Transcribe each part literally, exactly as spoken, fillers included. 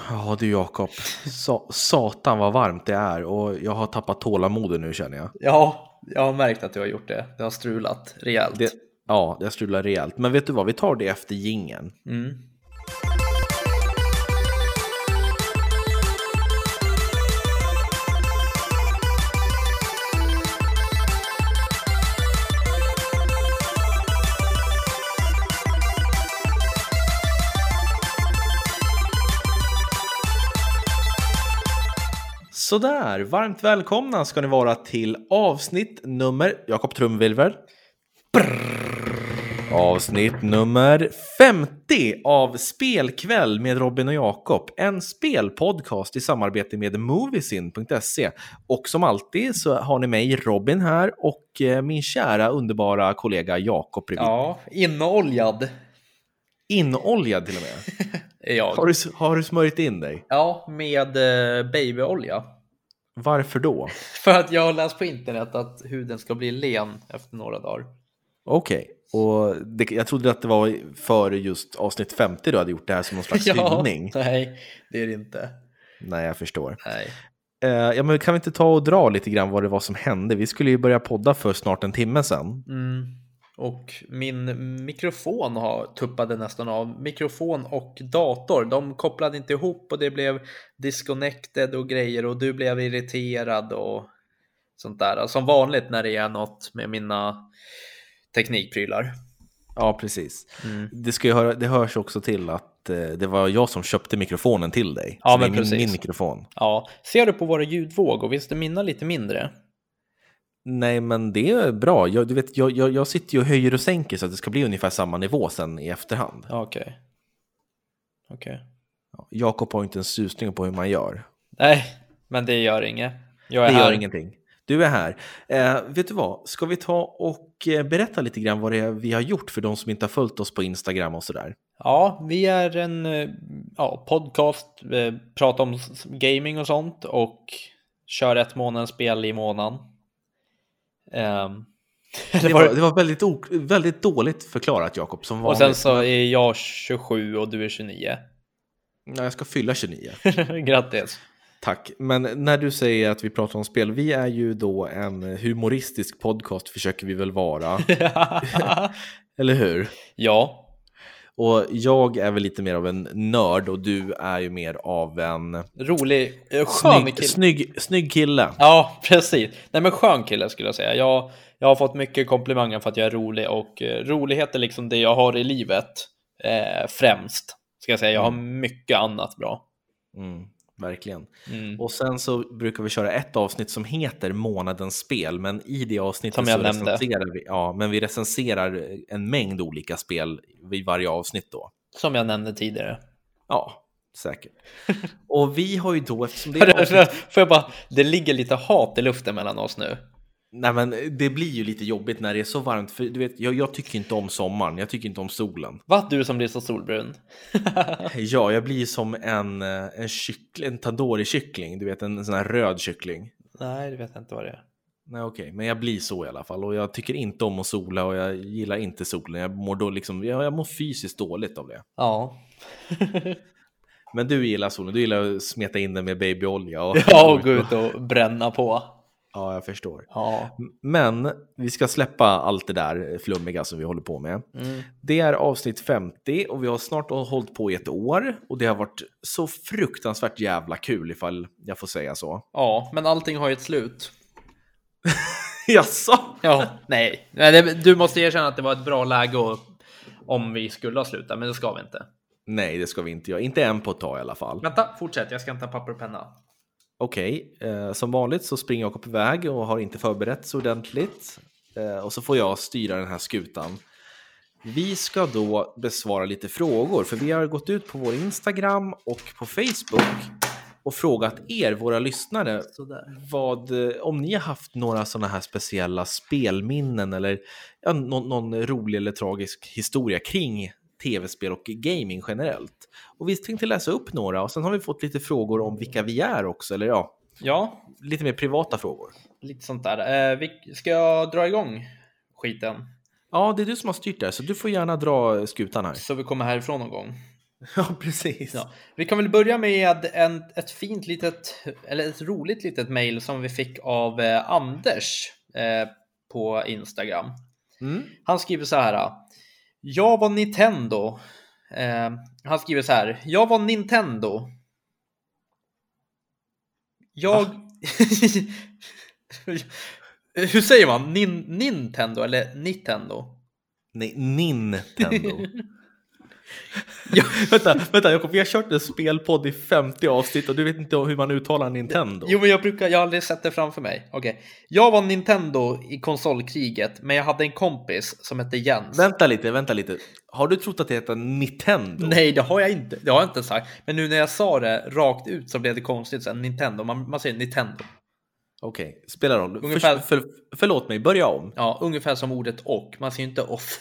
Ja du Jakob, Sa- satan vad varmt det är och jag har tappat tålamodet nu känner jag. Ja, jag har märkt att du har gjort det. Det har strulat rejält. Det, ja, det strular rejält. Men vet du vad, vi tar det efter jingeln. Mm. Sådär, varmt välkomna ska ni vara till avsnitt nummer, Jakob Trumvilver. Avsnitt nummer femtio av Spelkväll med Robin och Jakob. En spelpodcast i samarbete med Moviesin punkt se. Och som alltid så har ni mig, Robin här, och min kära underbara kollega Jakob bredvid. Ja, inoljad. Inoljad till och med. Jag. Har du, har du smörjt in dig? Ja, med eh, babyolja. Varför då? För att jag har läst på internet att huden ska bli len efter några dagar. Okej, okay. Och det, jag trodde att det var för just avsnitt femtio du hade gjort det här som någon slags ja, hyllning. Nej, det är det inte. Nej, jag förstår. Nej. Uh, ja, men kan vi inte ta och dra lite grann vad det var som hände? Vi skulle ju börja podda för snart en timme sedan. Mm. Och min mikrofon har tuppade nästan av. Mikrofon och dator, de kopplade inte ihop och det blev disconnected och grejer och du blev irriterad och sånt där. Som vanligt när det är något med mina teknikprylar. Ja, precis. Mm. Det, ska ju höra, det hörs också till att eh, det var jag som köpte mikrofonen till dig. Ja, så men det är precis. Min, min mikrofon. Ja, ser du på våra ljudvågor, visst är mina lite mindre? Nej, men det är bra. Jag, du vet, jag, jag, jag sitter ju och höjer och sänker så att det ska bli ungefär samma nivå sen i efterhand. Okej. Okay. Okej. Okay. Ja, Jakob har inte en susning på hur man gör. Nej, men det gör inget. Jag är det här. gör ingenting. Du är här. Eh, vet du vad? Ska vi ta och eh, berätta lite grann vad det är vi har gjort för de som inte har följt oss på Instagram och sådär? Ja, vi är en ja, podcast, eh, pratar om gaming och sånt och kör ett månadens spel i månaden. Um, det, var, det var väldigt, o, väldigt dåligt förklarat, Jakob, som vanligt. Och sen så är jag tjugosju och du är tjugonio. Ja, jag ska fylla tjugonio. Grattis. Tack. Men när du säger att vi pratar om spel, vi är ju då en humoristisk podcast, försöker vi väl vara. Eller hur? Ja. Och jag är väl lite mer av en nörd och du är ju mer av en rolig, skön snygg, kille. Snygg, snygg kille. Ja, precis. Nej, men skön kille skulle jag säga. Jag, jag har fått mycket komplimanger för att jag är rolig och eh, rolighet är liksom det jag har i livet eh, främst. Ska jag säga, jag har mycket annat bra. Mm, verkligen. Mm. Och sen så brukar vi köra ett avsnitt som heter Månadens spel, men i det avsnittet som jag så nämnde. recenserar vi, ja, men vi recenserar en mängd olika spel vid varje avsnitt då. Som jag nämnde tidigare. Ja, säkert. Och vi har ju då, eftersom det är avsnitt... Får jag bara, det ligger lite hat i luften mellan oss nu. Nej, men det blir ju lite jobbigt när det är så varmt. För du vet, jag, jag tycker inte om sommaren. Jag tycker inte om solen. Vad, du som blir så solbrun? Ja, jag blir som en, en, kyckling, en tandoori-kyckling. Du vet, en, en sån här röd kyckling. Nej, det vet jag inte vad det är. Nej, okej. Okay. Men jag blir så i alla fall. Och jag tycker inte om att sola och jag gillar inte solen. Jag mår, då liksom, jag, jag mår fysiskt dåligt av det. Ja. Men du gillar solen. Du gillar att smeta in den med babyolja. Och, ja, och gå ut och bränna på. Ja, jag förstår. Ja. Men vi ska släppa allt det där flummiga som vi håller på med. Mm. Det är avsnitt femtio och vi har snart hållit på i ett år. Och det har varit så fruktansvärt jävla kul, ifall jag får säga så. Ja, men allting har ju ett slut. Jaså? Ja, nej. nej det, du måste erkänna att det var ett bra läge och, om vi skulle ha slutat, men det ska vi inte. Nej, det ska vi inte göra. Inte än på ett tag i alla fall. Vänta, fortsätt. Jag ska inte ha papper och penna. Okej, okay. eh, som vanligt så springer jag upp iväg och har inte förberett så ordentligt. Eh, och så får jag styra den här skutan. Vi ska då besvara lite frågor, för vi har gått ut på vår Instagram och på Facebook och frågat er, våra lyssnare, vad, om ni har haft några sådana här speciella spelminnen eller ja, någon, någon rolig eller tragisk historia kring tv-spel och gaming generellt. Och vi tänkte läsa upp några och sen har vi fått lite frågor om vilka vi är också, eller ja, ja. lite mer privata frågor. Lite sånt där. Eh, vi, ska jag dra igång skiten? Ja, det är du som har styrt det, så du får gärna dra skutan här. Så vi kommer härifrån någon gång. Ja, precis. Ja. Vi kan väl börja med en, ett fint litet, eller ett roligt litet mejl som vi fick av eh, Anders eh, på Instagram. Mm. Han skriver så här: jag var Nintendo. Eh, han skriver så här: jag var Nintendo. Jag... Hur säger man? Nin Nintendo eller Nintendo? Nej, Nintendo. Ja. vänta, vänta Jakob, vi har kört en spelpodd i femtio avsnitt och du vet inte hur man uttalar Nintendo. Jo, men jag brukar, jag har aldrig sett det framför mig. Okej, okay. Jag var Nintendo i konsolkriget, men jag hade en kompis som hette Jens. Vänta lite, vänta lite. Har du trott att det heter Nintendo? Nej, det har jag inte. Det har jag inte sagt. Men nu när jag sa det rakt ut så blev det konstigt sen. Nintendo, man, man säger Nintendo. Okej, okay. Spelar roll. Ungefär... För, för, förlåt mig, börja om. Ja, ungefär som ordet och. Man säger inte off.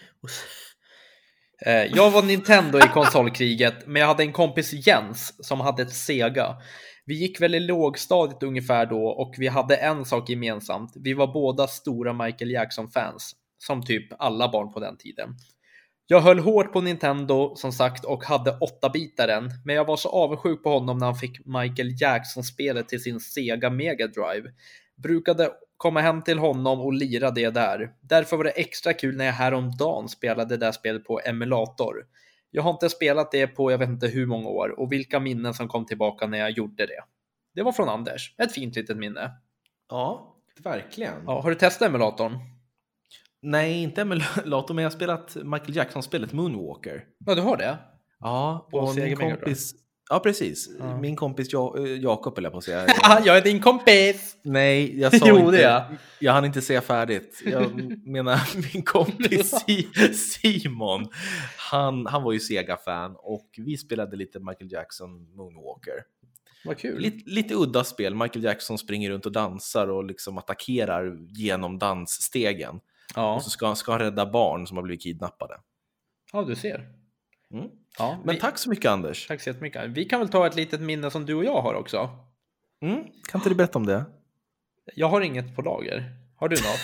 Jag var Nintendo i konsolkriget, men jag hade en kompis Jens som hade ett Sega. Vi gick väl i lågstadiet ungefär då och vi hade en sak gemensamt. Vi var båda stora Michael Jackson-fans, som typ alla barn på den tiden. Jag höll hårt på Nintendo som sagt och hade åtta-bitaren, men jag var så avundsjuk på honom när han fick Michael Jackson-spelet till sin Sega Mega Drive. Brukade komma hem till honom och lira det där. Därför var det extra kul när jag häromdagen spelade det där spelet på emulator. Jag har inte spelat det på jag vet inte hur många år och vilka minnen som kom tillbaka när jag gjorde det. Det var från Anders. Ett fint litet minne. Ja, verkligen. Ja, har du testat emulatorn? Nej, inte emulator, men jag har spelat Michael Jackson-spelet Moonwalker. Ja, du har det? Ja, och min kompis... Ja, precis. Ja. Min kompis ja, Jakob eller på att säga. Jag... jag är din kompis! Nej, jag sa jo, inte. Det är. Jag hann inte säga färdigt. Jag menar min kompis Simon. Han, han var ju Sega-fan och vi spelade lite Michael Jackson Moonwalker. Vad kul. Lite, lite udda spel. Michael Jackson springer runt och dansar och liksom attackerar genom dansstegen. Ja. Och så ska, ska han rädda barn som har blivit kidnappade. Ja, du ser. Mm. Ja, men vi... tack så mycket, Anders. Tack så jättemycket. Vi kan väl ta ett litet minne som du och jag har också. Mm. Kan inte du berätta om det? Jag har inget på lager. Har du något?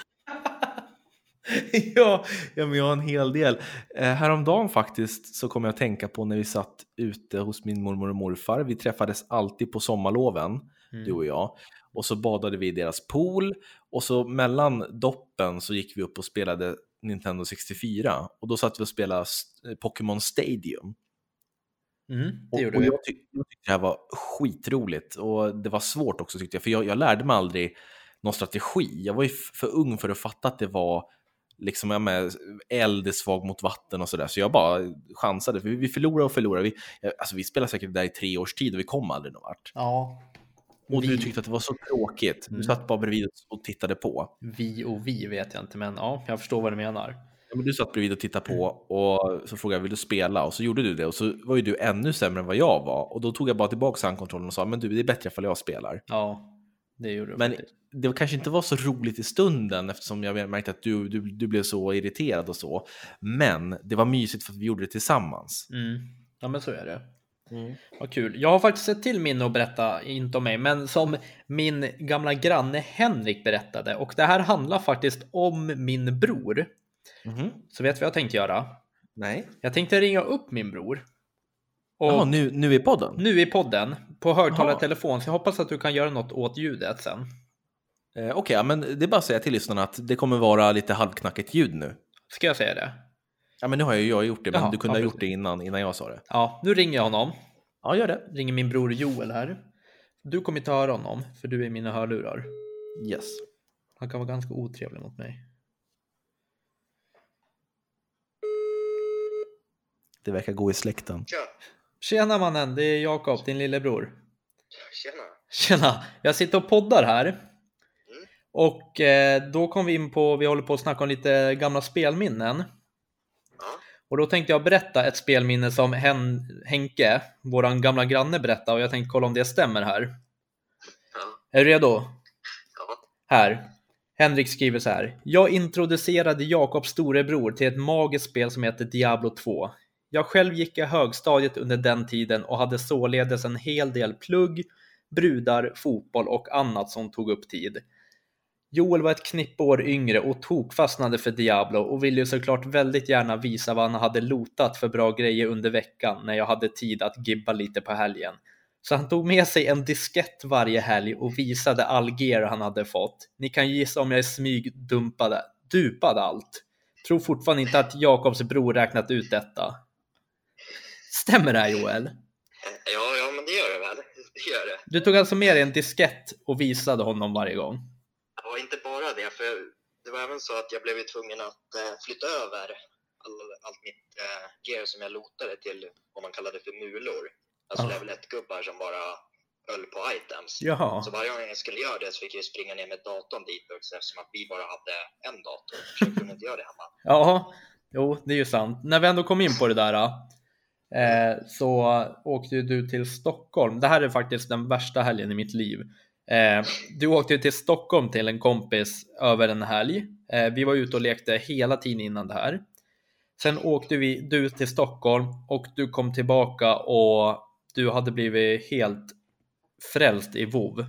ja, ja, men jag har en hel del. Eh, häromdagen faktiskt så kom jag att tänka på när vi satt ute hos min mormor och morfar. Vi träffades alltid på sommarloven, mm. du och jag. Och så badade vi i deras pool. Och så mellan doppen så gick vi upp och spelade Nintendo sextiofyra. Och då satt vi och spelade Pokémon Stadium. Mm, det och gjorde och vi. jag, tyck, jag tyckte det här var skitroligt. Och det var svårt också tyckte jag. För jag, jag lärde mig aldrig någon strategi. Jag var ju för ung för att fatta att det var liksom jag med eld är svag mot vatten och sådär. Så jag bara chansade. För vi förlorade och förlorade. Vi, alltså vi spelade säkert där i tre års tid och vi kom aldrig någon vart. Ja. Och vi... du tyckte att det var så tråkigt. Du mm. satt bara bredvid och tittade på. Vi och vi vet jag inte, men ja, jag förstår vad du menar. Ja, men du satt bredvid och tittade på och så frågade jag, vill du spela? Och så gjorde du det. Och så var ju du ännu sämre än vad jag var. Och då tog jag bara tillbaka handkontrollen och sa, men du, det är bättre ifall jag spelar. Ja, det gjorde du. Men det kanske inte var så roligt i stunden eftersom jag märkte att du, du, du blev så irriterad och så. Men det var mysigt för att vi gjorde det tillsammans. Mm. Ja, men så är det. Mm. Vad kul. Jag har faktiskt sett till minne att berätta, inte om mig, men som min gamla granne Henrik berättade. Och det här handlar faktiskt om min bror. Mm. Så vet du vad jag tänkte göra? Nej. Jag tänkte ringa upp min bror. Och Jaha, nu, nu i podden? Nu i podden, på högtalartelefon. Så jag hoppas att du kan göra något åt ljudet sen. Eh, Okej, okay, men det är bara att säga till lyssnarna att det kommer vara lite halvknackigt ljud nu. Ska jag säga det? Ja, men nu har jag, jag gjort det, men Jaha, du kunde ja, ha gjort det innan, innan jag sa det. Ja, nu ringer jag honom. Ja, gör det. Ringer min bror Joel här. Du kommer inte höra honom, för du är i mina hörlurar. Yes. Han kan vara ganska otrevlig mot mig. Det verkar gå i släkten. Tja. Tjena mannen, det är Jakob, din lillebror. Tjena. Tjena, jag sitter och poddar här. Mm. Och eh, då kom vi in på, vi håller på att snacka om lite gamla spelminnen. Ja. Och då tänkte jag berätta ett spelminne som Hen Henke, våran gamla granne, berättade. Och jag tänkte kolla om det stämmer här. Ja. Är du redo? Ja. Här. Henrik skriver så här. Jag introducerade Jakobs storebror till ett magiskt spel som heter Diablo två. Jag själv gick i högstadiet under den tiden och hade således en hel del plugg, brudar, fotboll och annat som tog upp tid. Joel var ett knippår yngre och tokfastnade för Diablo och ville ju såklart väldigt gärna visa vad han hade lotat för bra grejer under veckan när jag hade tid att gibba lite på helgen. Så han tog med sig en diskett varje helg och visade all gear han hade fått. Ni kan gissa om jag är smygdumpade, dupade allt. Tror fortfarande inte att Jakobs bror räknat ut detta. Stämmer det här, Joel? Ja, ja, men det gör det väl. Det gör det. Du tog alltså med dig en diskett och visade honom varje gång? Ja, inte bara det, för det var även så att jag blev ju tvungen att eh, flytta över all, allt mitt eh, gear som jag lotade till vad man kallade för mulor. Alltså Ah. level ett-gubbar som bara höll på items. Jaha. Så varje gång jag skulle göra det så fick jag springa ner med datorn dit också, eftersom att vi bara hade en dator. Så jag kunde inte göra det hemma. Ja, jo, det är ju sant. När vi ändå kom in på det där eh, så åkte ju du till Stockholm. Det här är faktiskt den värsta helgen i mitt liv. Eh, du åkte ju till Stockholm till en kompis över en helg. Eh, vi var ute och lekte hela tiden innan det här. Sen åkte vi, du till Stockholm och du kom tillbaka och du hade blivit helt frälst i WoW.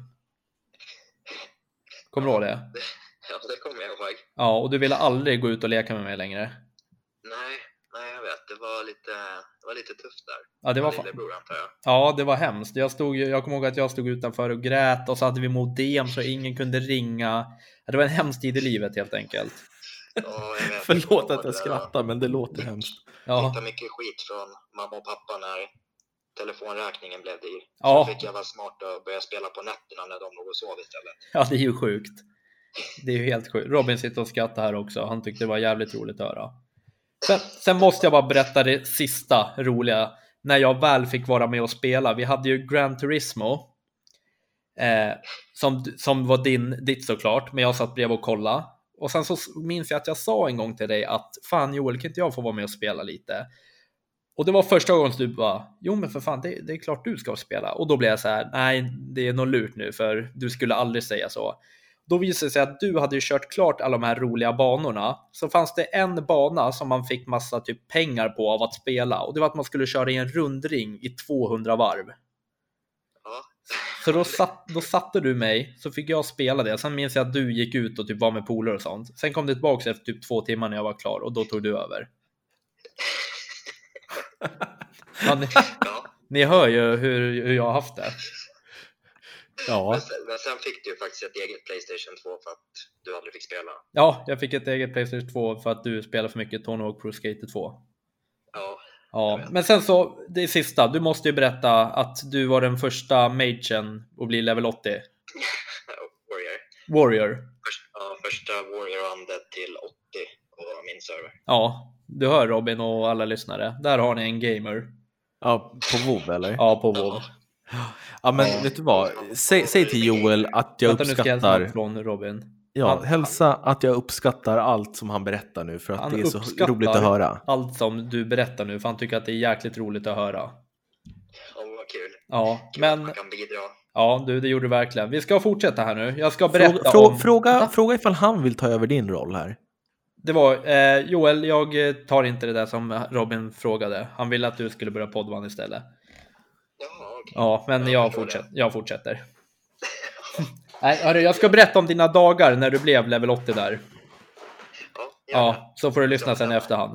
Kommer du ihåg det? Ja, det kommer jag ihåg. Ja, och du ville aldrig gå ut och leka med mig längre. Nej, nej, jag vet. Det var lite, det var lite tufft där. Ja, det var Min fan. lillebror, antar jag. Ja, det var hemskt. Jag, stod, jag kommer ihåg att jag stod utanför och grät och så hade vi modem så ingen kunde ringa. Det var en hemsk tid i livet helt enkelt. Ja, jag vet. Förlåt att Det jag där- skrattar, men det låter hemskt. Ja, Fick ta mycket skit från mamma och pappa när telefonräkningen blev dyr. Ja. Så fick jag vara smart och börja spela på nätterna när de låg och sov istället. ja, det är ju sjukt. Det är ju helt sjukt. Robin sitter och skrattar här också. Han tyckte det var jävligt roligt att höra. Sen, sen måste jag bara berätta det sista roliga. När jag väl fick vara med och spela. Vi hade ju Gran Turismo. Eh, som, som var din, ditt såklart. Men jag satt bredvid och kolla. Och sen så minns jag att jag sa en gång till dig att fan Joel, kan inte jag få vara med och spela lite? Och det var första gången du bara, jo men för fan, det, det är klart du ska spela. Och då blev jag så här, nej det är nog lurt nu för du skulle aldrig säga så. Då visade det sig att du hade ju kört klart alla de här roliga banorna. Så fanns det en bana som man fick massa typ pengar på av att spela. Och det var att man skulle köra i en rundring i tvåhundra varv. Ja, Så då, satt, då satte du mig, så fick jag spela det. Sen minns jag att du gick ut och typ var med polare och sånt. Sen kom det tillbaka efter typ två timmar när jag var klar. Och då tog du över. Ja, ni, ja. ni hör ju hur, hur jag har haft det. Ja, Men, sen, men sen fick du ju faktiskt ett eget PlayStation två för att du aldrig fick spela. Ja, jag fick ett eget PlayStation två för att du spelar för mycket Tony Hawk Pro Skater två. Ja, Ja, men sen så, det sista, du måste ju berätta att du var den första magen att bli level åttio. Warrior. Warrior. Först, ja, första Warrior Undead till åttio på min server. Ja, du hör Robin och alla lyssnare. Där har ni en gamer. ja på WoW eller? Ja, på WoW. Ja, men vet du vad? Säg, säg till Joel att jag Vänta, nu ska jag hälsa uppskattar... från Robin. Ja, Han- hälsa att jag uppskattar allt som han berättar nu, för att Han det är så uppskattar roligt att höra. allt som du berättar nu, för han tycker att det är jäkligt roligt att höra. Ja, vad kul. Ja, Kul att men man kan bidra. ja, du, det gjorde du verkligen. Vi ska fortsätta här nu. Jag ska berätta Fråga, frå, om... fråga, fråga ifall han vill ta över din roll här. Det var, eh, Joel, jag eh, tar inte det där som Robin frågade. Han ville att du skulle börja podda istället. Ja, okej. Ja, men Ja, jag, jag förstår fortsätter, jag fortsätter. Nej, hörru, jag ska berätta om dina dagar när du blev level åttio där. Ja, gärna. Ja, så får du lyssna sen i efterhand.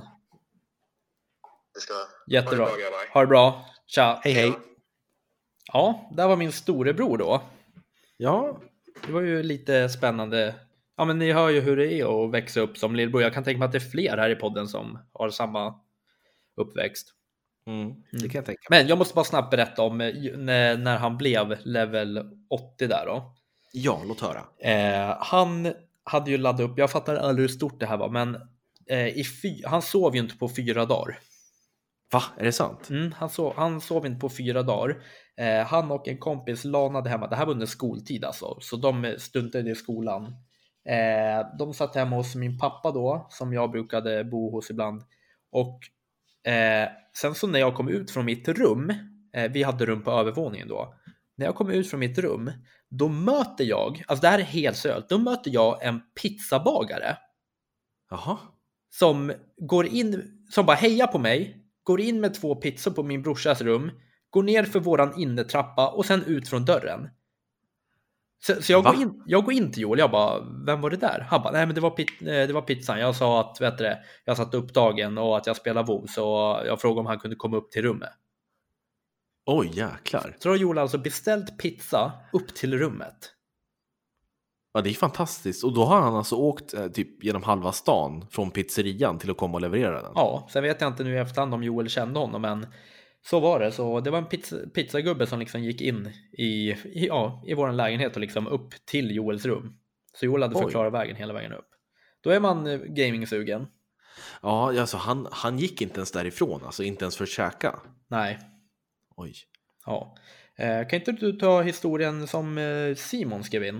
Det ska... Jättebra. Ha det bra, grabbar. Ha det bra. Tja. Hej hej. Ja, där var min storebror då. Ja, Det var ju lite spännande. Ja, men ni hör ju hur det är att växa upp som lillebror. Jag kan tänka mig att det är fler här i podden som har samma uppväxt. mm, det kan jag tänka mig. Men jag måste bara snabbt berätta om eh, när, när han blev level åttio där då. Ja, låt höra. Eh, han hade ju laddat upp, jag fattar aldrig hur stort det här var, men eh, i fy, han sov ju inte på fyra dagar. Va, är det sant? Mm, han, sov, han sov inte på fyra dagar. Eh, han och en kompis lanade hemma. Det här var under skoltid alltså. Så de stuntade i skolan. Eh, de satt hemma hos min pappa då. Som jag brukade bo hos ibland. Och eh, sen så när jag kom ut från mitt rum. Eh, vi hade rum på övervåningen då. När jag kom ut från mitt rum. Då möter jag. Alltså det här är helt sölt. Då möter jag en pizzabagare. Jaha. Som går in. Som bara hejar på mig. Går in med två pizzor på min brorsas rum. Går ner för våran innertrappa och sen ut från dörren. Så, så jag, Va? går in, jag går in till Joel, jag bara, vem var det där? Han bara, nej men det var, pit, det var pizzan. Jag sa att, vet du, jag satt upp dagen och att jag spelar WoW, så jag frågade om han kunde komma upp till rummet. Oj, jäklar. Så har Joel alltså beställt pizza upp till rummet. Ja, det är fantastiskt. Och då har han alltså åkt eh, typ genom halva stan från pizzerian till att komma och leverera den. Ja, sen vet jag inte nu i efterhand om Joel kände honom, men så var det. Så det var en pizza, pizzagubbe som liksom gick in i, i, ja, i vår lägenhet och liksom upp till Joels rum. Så Joel hade förklarat vägen hela vägen upp. Då är man eh, gaming-sugen. Ja, alltså han, han gick inte ens därifrån, alltså inte ens för att käka. Nej. Oj. Ja. Eh, kan inte du ta historien som eh, Simon skrev in?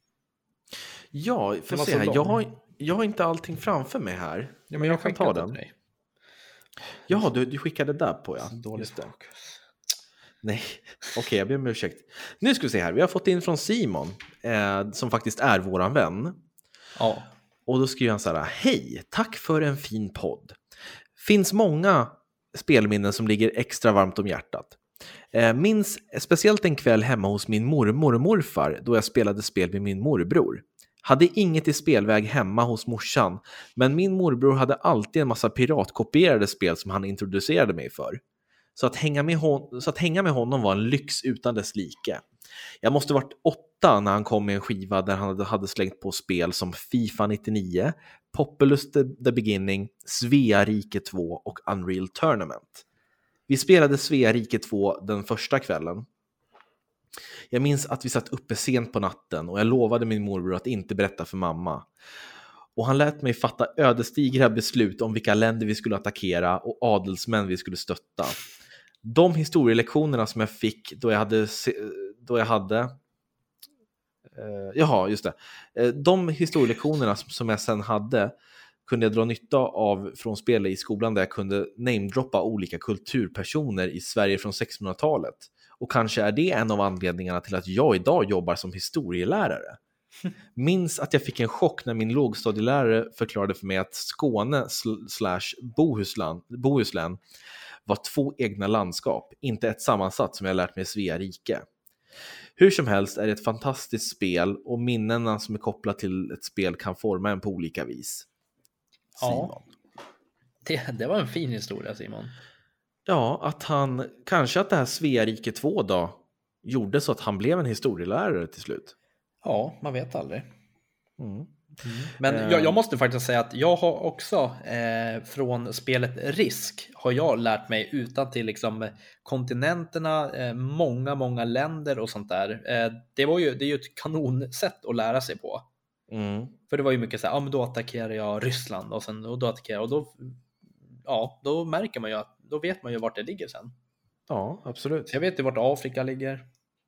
Ja, för se här. Jag har, jag har inte allting framför mig här. Ja, men jag, jag kan ta den. Dig. Ja, du, du skickade där på, ja. Dåligt fokus. Nej, okej, okay, jag ber om ursäkt. Nu ska vi se här. Vi har fått in från Simon, eh, som faktiskt är våran vän. Ja. Och då skriver han så här: hej, tack för en fin podd. Finns många spelminnen som ligger extra varmt om hjärtat. Eh, minns speciellt en kväll hemma hos min mormor och morfar då jag spelade spel med min morbror. Hade inget i spelväg hemma hos morsan, men min morbror hade alltid en massa piratkopierade spel som han introducerade mig för. Så att hänga med, hon- så att hänga med honom var en lyx utan dess like. Jag måste varit åtta när han kom med en skiva där han hade slängt på spel som FIFA nittionio, Populous the, the Beginning, Svea Rike två och Unreal Tournament. Vi spelade Svea Rike två den första kvällen. Jag minns att vi satt uppe sent på natten och jag lovade min morbror att inte berätta för mamma. Och han lät mig fatta ödesdigra beslut om vilka länder vi skulle attackera och adelsmän vi skulle stötta. De historielektionerna som jag fick då jag hade... Då jag hade eh, jaha, just det. Eh, de historielektionerna som, som jag sen hade kunde jag dra nytta av från spel i skolan där jag kunde namedroppa olika kulturpersoner i Sverige från sextonhundratalet. Och kanske är det en av anledningarna till att jag idag jobbar som historielärare. Minns att jag fick en chock när min lågstadielärare förklarade för mig att Skåne slash Bohuslän, Bohuslän var två egna landskap, inte ett sammansatt som jag lärt mig i Svea Rike. Hur som helst är det ett fantastiskt spel och minnena som är kopplat till ett spel kan forma en på olika vis. Simon. Ja, det, det var en fin historia, Simon. Ja, att han, kanske att det här Svea Rike två då gjorde så att han blev en historielärare till slut. Ja, man vet aldrig. Mm. Mm. Men jag, jag måste faktiskt säga att jag har också eh, från spelet Risk har jag lärt mig utan till liksom kontinenterna, eh, många, många länder och sånt där. Eh, det var ju, det är ju ett kanonsätt att lära sig på. Mm. För det var ju mycket så här, ja men då attackerar jag Ryssland och sen och då attackerar och då, ja, då märker man ju att, då vet man ju vart det ligger sen. Ja, absolut. Så jag vet ju vart Afrika ligger.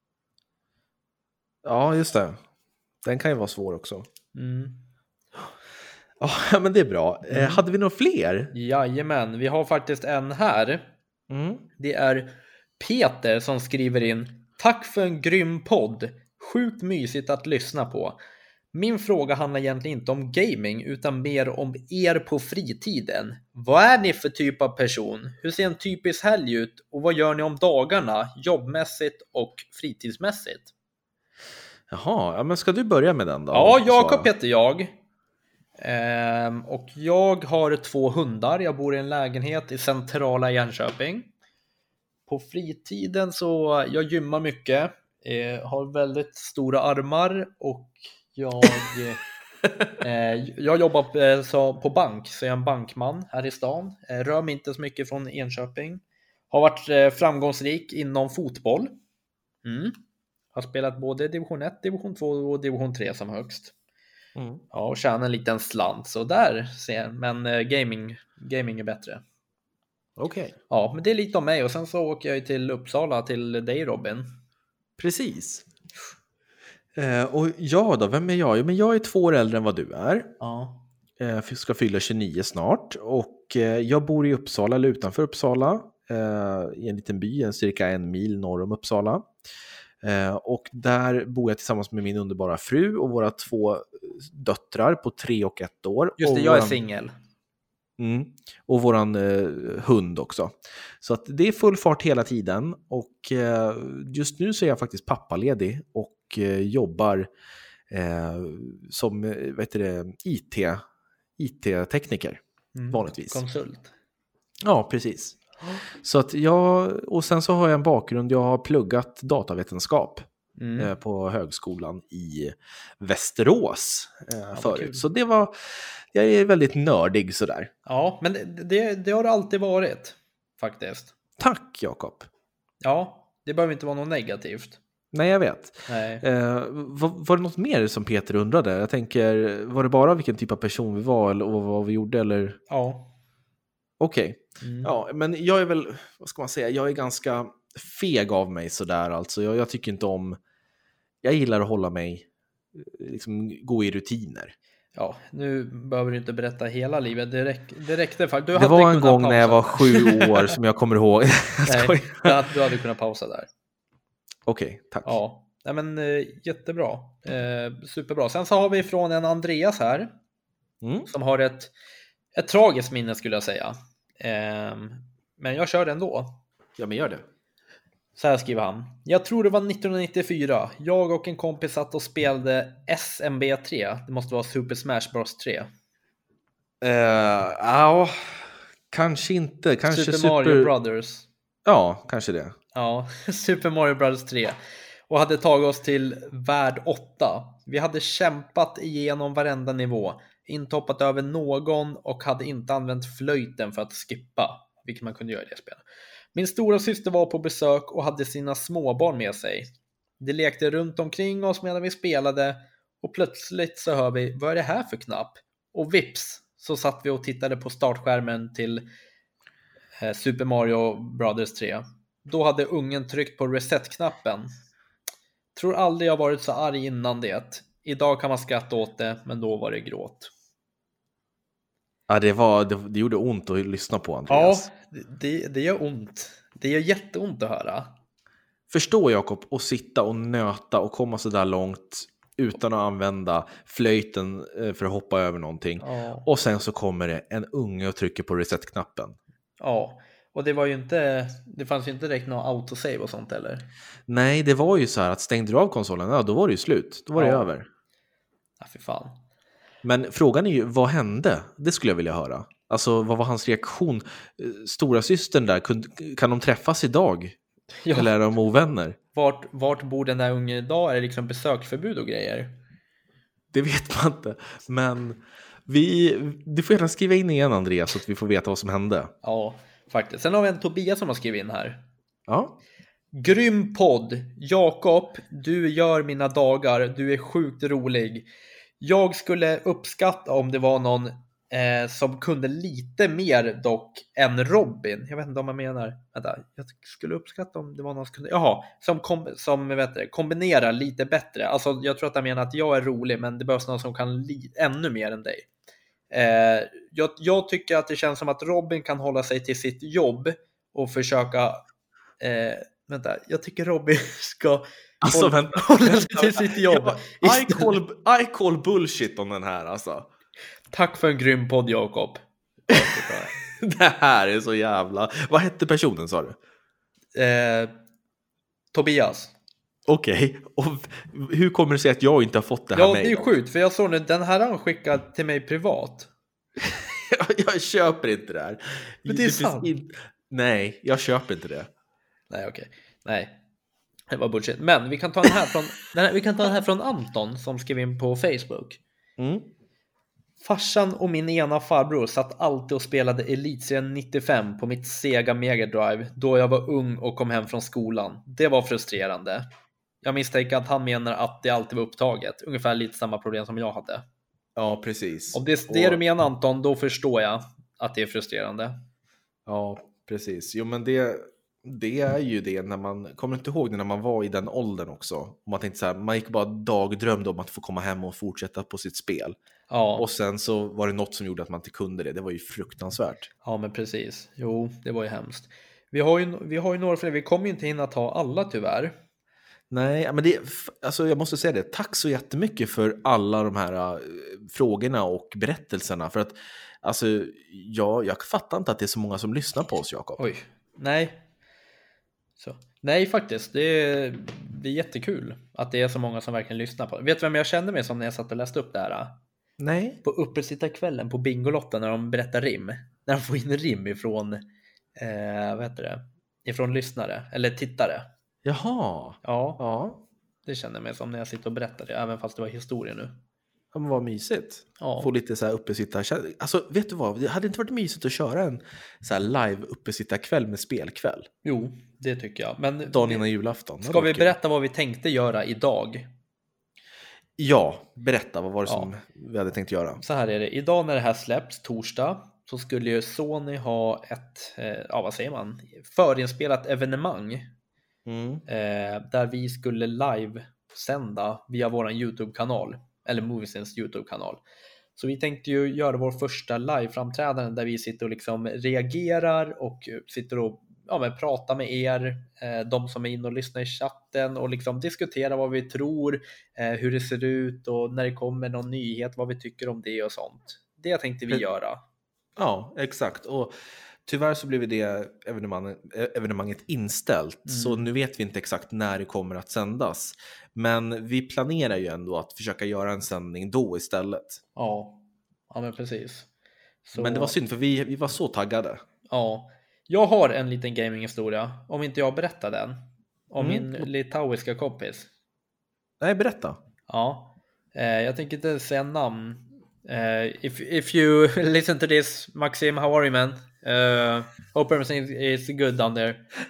Ja, just det. Den kan ju vara svår också. Mm. Ja, men det är bra. Mm. Eh, hade vi några fler? Jajamän, vi har faktiskt en här. Mm. Det är Peter som skriver in: tack för en grym podd. Sjukt mysigt att lyssna på. Min fråga handlar egentligen inte om gaming utan mer om er på fritiden. Vad är ni för typ av person? Hur ser en typisk helg ut? Och vad gör ni om dagarna, jobbmässigt och fritidsmässigt? Jaha, ja, men ska du börja med den då? Ja, Jakob heter jag. Ehm, och jag har två hundar. Jag bor i en lägenhet i centrala Jönköping. På fritiden så jag gymmar mycket. Eh, har väldigt stora armar och jag, eh, jag jobbar eh, så på bank, så jag är en bankman här i stan. Eh, rör mig inte så mycket från Enköping. Har varit eh, framgångsrik inom fotboll. Mm. Har spelat både division ett, division två och division tre som högst. Mm. Ja, och tjänar en liten slant. Så där ser men eh, gaming, gaming är bättre. Okej. Okay. Ja, men det är lite om mig. Och sen så åker jag till Uppsala till dig, Robin. Precis. Eh, och jag då, vem är jag? Jo, men jag är två år äldre än vad du är. Ja. Eh, ska fylla tjugonio snart. Och eh, jag bor i Uppsala, eller utanför Uppsala. Eh, I en liten by, en cirka en mil norr om Uppsala. Eh, och där bor jag tillsammans med min underbara fru och våra två döttrar på tre och ett år. Just det, och jag är våran... singel. Mm. Och våran eh, hund också. Så att det är full fart hela tiden. Och eh, just nu så är jag faktiskt pappaledig och eh, jobbar eh, som vad heter det, I T, I T-tekniker Mm. vanligtvis. Konsult. Ja, precis. Så att jag, och sen så har jag en bakgrund, jag har pluggat datavetenskap Mm. eh, på högskolan i Västerås eh, vad förut. kul. Så det var, jag är väldigt nördig sådär. Ja, men det, det, det har det alltid varit faktiskt. Tack Jakob. Ja, det behöver inte vara något negativt. Nej, jag vet. Nej. Eh, var, var det något mer som Peter undrade? Jag tänker, var det bara vilken typ av person vi var eller, och vad vi gjorde? Eller? Ja. Okej. Mm. Ja, men jag är väl, vad ska man säga, jag är ganska feg av mig sådär alltså. Jag, jag tycker inte om, jag gillar att hålla mig, liksom gå i rutiner. Ja, nu behöver du inte berätta hela livet. Det, räck, det räckte faktiskt. Du Det hade var en kunnat gång när jag var pausa. sju år som jag kommer ihåg. Nej, du hade, du hade kunnat pausa där. Okej, tack. Ja, nej men eh, jättebra. Eh, superbra. Sen så har vi från en Andreas här. Mm. Som har ett, ett tragiskt minne skulle jag säga. Eh, men jag kör det ändå. Ja, men gör det. Så här skriver han. Jag tror det var nittonhundranittiofyra. Jag och en kompis satt och spelade S M B tre. Det måste vara Super Smash Bros tre. Uh, ja, kanske inte. Kanske Super, super Mario Brothers. Ja, kanske det. Ja, Super Mario Brothers tre. Och hade tagit oss till värld åtta. Vi hade kämpat igenom varenda nivå. Inte hoppat över någon och hade inte använt flöjten för att skippa. Vilket man kunde göra i det spelet. Min stora syster var på besök och hade sina småbarn med sig. De lekte runt omkring oss medan vi spelade. Och plötsligt så hör vi, vad är det här för knapp? Och vips, så satt vi och tittade på startskärmen till eh, Super Mario Brothers tre. Då hade ungen tryckt på reset-knappen. Tror aldrig jag varit så arg innan det. Idag kan man skratta åt det, men då var det gråt. Ja, det, var, det, det gjorde ont att lyssna på, Andreas. Ja, det, det gör ont. Det gör jätteont att höra. Förstå, Jakob, att sitta och nöta och komma så där långt utan att använda flöjten för att hoppa över någonting. Ja. Och sen så kommer det en unge och trycker på reset-knappen. Ja, och det var ju inte, det fanns ju inte direkt någon autosave och sånt eller? Nej, det var ju så här att stängde du av konsolen, ja, då var det ju slut. Då var Ja. det över. Ja, för fan. Men frågan är ju, vad hände? Det skulle jag vilja höra. Alltså, vad var hans reaktion? Stora systern där, kan, kan de träffas idag? Ja. Eller är de ovänner? Vart, vart bor den där ungen idag? Är det liksom besöksförbud och grejer? Det vet man inte. Men vi, du får gärna skriva in igen, Andreas, så att vi får veta vad som hände. Ja, faktiskt. Sen har vi en Tobias som har skrivit in här. Ja. Grym podd. Jakob, du gör mina dagar. Du är sjukt rolig. Jag skulle uppskatta om det var någon eh, som kunde lite mer dock än Robin. Jag vet inte om jag menar. Vänta, jag skulle uppskatta om det var någon som kunde. Jaha, som, kom, som vet du, kombinerar lite bättre. Alltså jag tror att jag menar att jag är rolig, men det behövs någon som kan li- ännu mer än dig. Eh, jag, jag tycker att det känns som att Robin kan hålla sig till sitt jobb och försöka eh, vänta, jag tycker Robin ska Alltså, hålla, vänta, hålla sig till sitt jobb. Ja, I, call, I call bullshit om den här, alltså. Tack för en grym podd, Jakob. Det här är så jävla... Vad hette personen, sa du? eh, Tobias. Okej, och hur kommer det sig att jag inte har fått det här Ja, mejlet? det är sjukt, för jag såg nu, den här har han skickat till mig privat. Jag köper inte det här. Men det är sant. In... Nej, jag köper inte det. Nej, okej. Nej. Det var bullshit. Men vi kan ta den här från, den här, vi kan ta den här från Anton som skrev in på Facebook. Mm. Farsan och min ena farbror satt alltid och spelade Elitserien nittiofem på mitt Sega Mega Drive då jag var ung och kom hem från skolan. Det var frustrerande. Jag misstänker att han menar att det alltid var upptaget. Ungefär lite samma problem som jag hade. Ja, precis. Om det är det och... du menar, Anton, då förstår jag att det är frustrerande. Ja, precis. Jo, men det, det är ju det när man... Kommer inte ihåg det när man var i den åldern också? Om man tänkte så här, man gick bara dagdrömde om att få komma hem och fortsätta på sitt spel. Ja. Och sen så var det något som gjorde att man inte kunde det. Det var ju fruktansvärt. Ja, men precis. Jo, det var ju hemskt. Vi har ju, vi har ju några fler. Vi kommer ju inte hinna ta alla tyvärr. Nej, men det, alltså jag måste säga det, tack så jättemycket för alla de här uh, frågorna och berättelserna. För att, alltså, jag, jag fattar inte att det är så många som lyssnar på oss, Jakob. Oj, nej. Så. Nej, faktiskt, det är, det är jättekul att det är så många som verkligen lyssnar på det. Vet du vem jag kände mig som när jag satt och läste upp det här? Nej. På uppesittarkvällen på Bingolotten när de berättar rim. När de får in rim ifrån, eh, vad heter det? Ifrån lyssnare, eller tittare. Jaha. Ja, Ja. det kände mig som när jag sitter och berättar det, även fast det var historia nu. Ja, men vad mysigt. Ja. Få lite så här uppesitta. Alltså, vet du vad? Det hade inte varit mysigt att köra en så här live uppesittarkväll med spelkväll. Jo, det tycker jag. Men dagen innan julafton. Ska vi berätta vad vi tänkte göra idag? Ja, berätta. Vad var det Ja. som vi hade tänkt göra? Så här är det. Idag när det här släpps, torsdag, så skulle ju Sony ha ett, eh, ja vad säger man, förinspelat evenemang. Mm. Eh, där vi skulle live-sända via våran YouTube-kanal. Eller Moviesens YouTube-kanal. Så vi tänkte ju göra vår första live-framträdande där vi sitter och liksom reagerar och sitter och ja, men pratar med er, eh, de som är inne och lyssnar i chatten och liksom diskutera vad vi tror, eh, hur det ser ut och när det kommer någon nyhet, vad vi tycker om det och sånt. Det tänkte vi göra. Ja, exakt. Och tyvärr så blev det evenemanget, evenemanget inställt. Mm. Så nu vet vi inte exakt när det kommer att sändas. Men vi planerar ju ändå att försöka göra en sändning då istället. Ja, ja men precis. Så... Men det var synd för vi, vi var så taggade. Ja, jag har en liten gaminghistoria. Om inte jag berättar den. Om Mm. min litauiska kompis. Nej, berätta. Ja, eh, jag tänker inte säga namn. Uh, if, if you listen to this, Maxim, how are you, man? Uh, hope everything is good down there.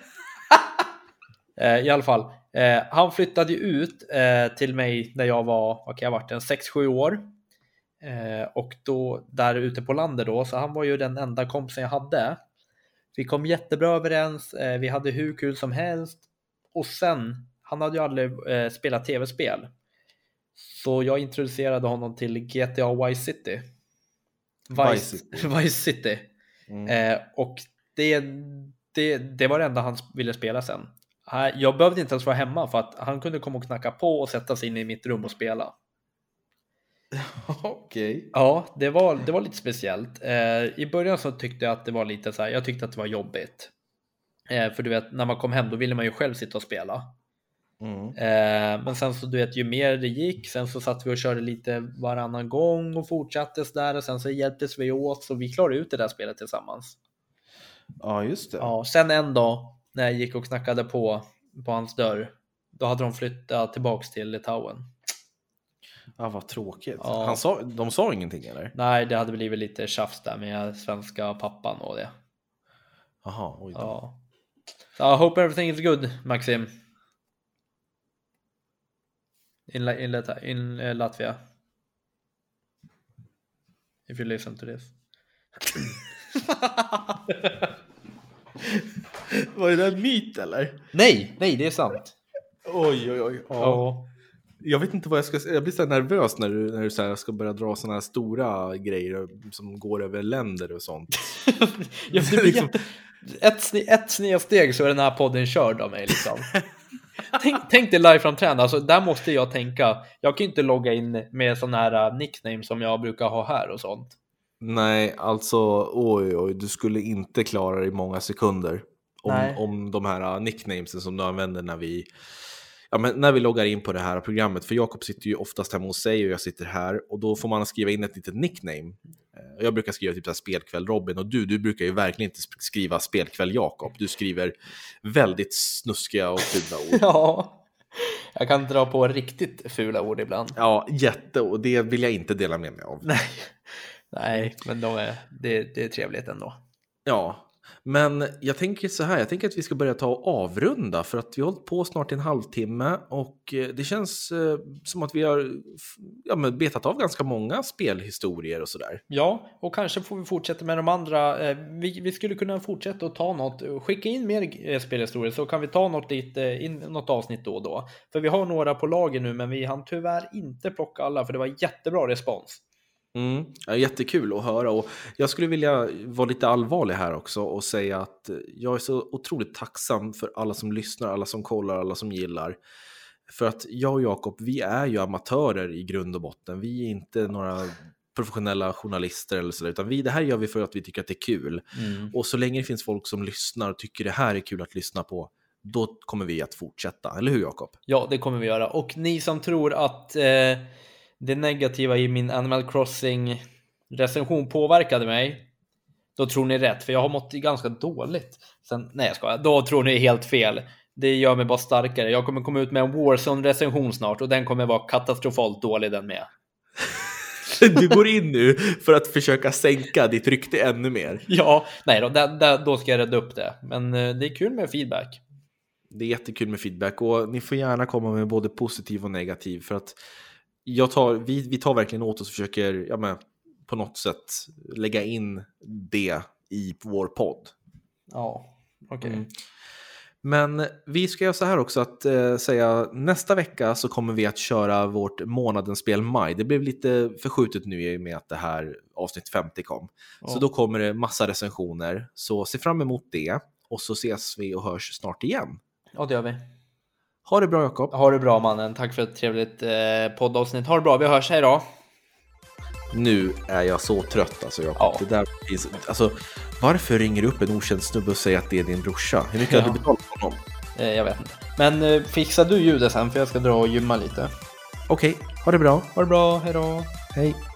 uh, I alla fall, uh, han flyttade ju ut uh, till mig när jag var, vad kan jag ha varit, en sex sju år. Uh, och då, där ute på landet då, så han var ju den enda kompisen jag hade. Vi kom jättebra överens, uh, vi hade hur kul som helst. Och sen, han hade ju aldrig uh, spelat tv-spel. Så jag introducerade honom till G T A Vice City. Vice, Vice City. Vice City. Mm. Eh, och det, det, det var det enda han ville spela sen. Jag behövde inte ens vara hemma för att han kunde komma och knacka på och sätta sig in i mitt rum och spela. Okej. Okay. Ja, det var, det var lite speciellt. Eh, I början så tyckte jag att det var lite så här, jag tyckte att det var jobbigt. Eh, för du vet, när man kom hem då ville man ju själv sitta och spela. Mm. Eh, men sen så du vet, ju mer det gick, sen så satt vi och körde lite varannan gång och fortsatte så där, och sen så hjälptes vi åt så vi klarade ut det där spelet tillsammans. Ja, just det. Ja, sen en dag när jag gick och knackade på på hans dörr, då hade de flyttat tillbaks till Litauen. Ja, vad tråkigt. Ja. Han sa, de sa ingenting eller? Nej, det hade blivit lite tjafs där med svenska pappan och det. Jaha, oj då. Ja. So, I hope everything is good, Maxim. In, in, in uh, Latvia. If you listen to this. Var det en myt eller? Nej, nej, det är sant. Oj, oj, oj. Ja. Ja. Jag vet inte vad jag ska säga. Jag blir så nervös när du, när du så här ska börja dra såna här stora grejer som går över länder och sånt. Ja, det liksom... ett, sne- ett snedsteg så är den här podden körd av mig liksom. Tänk, tänk dig live-framträdande, alltså där måste jag tänka. Jag kan ju inte logga in med sån här uh, nickname som jag brukar ha här och sånt. Nej, alltså oj, oj, du skulle inte klara det i många sekunder om, om de här uh, nicknamesen som du använder när vi ja, men när vi loggar in på det här programmet. För Jakob sitter ju oftast hemma hos sig och jag sitter här, och då får man skriva in ett litet nickname. Jag brukar skriva typ så här spelkväll Robin, och du, du brukar ju verkligen inte skriva spelkväll Jakob. Du skriver väldigt snuskiga och fula ord. Ja, jag kan dra på riktigt fula ord ibland. Ja, jätte, och det vill jag inte dela med mig av. Nej, Nej men de är, det, det är trevligt ändå. Ja, men jag tänker så här, jag tänker att vi ska börja ta och avrunda, för att vi har hållit på snart en halvtimme och det känns eh, som att vi har ja, men betat av ganska många spelhistorier och sådär. Ja, och kanske får vi fortsätta med de andra. Eh, vi, vi skulle kunna fortsätta att ta något, skicka in mer eh, spelhistorier så kan vi ta något, dit, eh, in, något avsnitt då och då. För vi har några på lager nu, men vi hann tyvärr inte plocka alla, för det var jättebra respons. Mm, ja, jättekul att höra, och jag skulle vilja vara lite allvarlig här också och säga att jag är så otroligt tacksam för alla som lyssnar, alla som kollar, alla som gillar. För att jag och Jakob, vi är ju amatörer i grund och botten. Vi är inte några professionella journalister eller sådär, utan vi, det här gör vi för att vi tycker att det är kul. Mm. Och så länge det finns folk som lyssnar och tycker det här är kul att lyssna på, då kommer vi att fortsätta. Eller hur, Jakob? Ja, det kommer vi göra. Och ni som tror att eh, det negativa i min Animal Crossing recension påverkade mig, då tror ni rätt. För jag har mått ganska dåligt. Sen, nej, jag ska. Då tror ni helt fel. Det gör mig bara starkare. Jag kommer komma ut med en Warzone-recension snart, och den kommer vara katastrofalt dålig den med. Du går in nu för att försöka sänka ditt rykte ännu mer. Ja, nej då, där, där, då ska jag rädda upp det. Men eh, det är kul med feedback. Det är jättekul med feedback, och ni får gärna komma med både positiv och negativ, för att jag tar, vi, vi tar verkligen åt oss och försöker ja, men, på något sätt lägga in det i vår podd. Ja, okej. Okay. Mm. Men vi ska göra så här också att eh, säga nästa vecka så kommer vi att köra vårt månadens spel maj. Det blev lite förskjutet nu i och med att det här avsnitt femtio kom. Ja. Så då kommer det massa recensioner. Så se fram emot det, och så ses vi och hörs snart igen. Ja, det gör vi. Ha det bra, Jakob. Ha det bra, mannen. Tack för ett trevligt eh, poddavsnitt. Ha det bra, vi hörs, hej då. Nu är jag så trött, alltså, Jakob. Ja. Det där finns, alltså, varför ringer du upp en okänd snubbe och säger att det är din brorsa? Hur mycket ja. har du betalat för honom? Eh, jag vet inte. Men eh, fixar du ljudet sen, för jag ska dra och gymma lite. Okej, okay. Ha det bra. Ha det bra, hej då. Hej.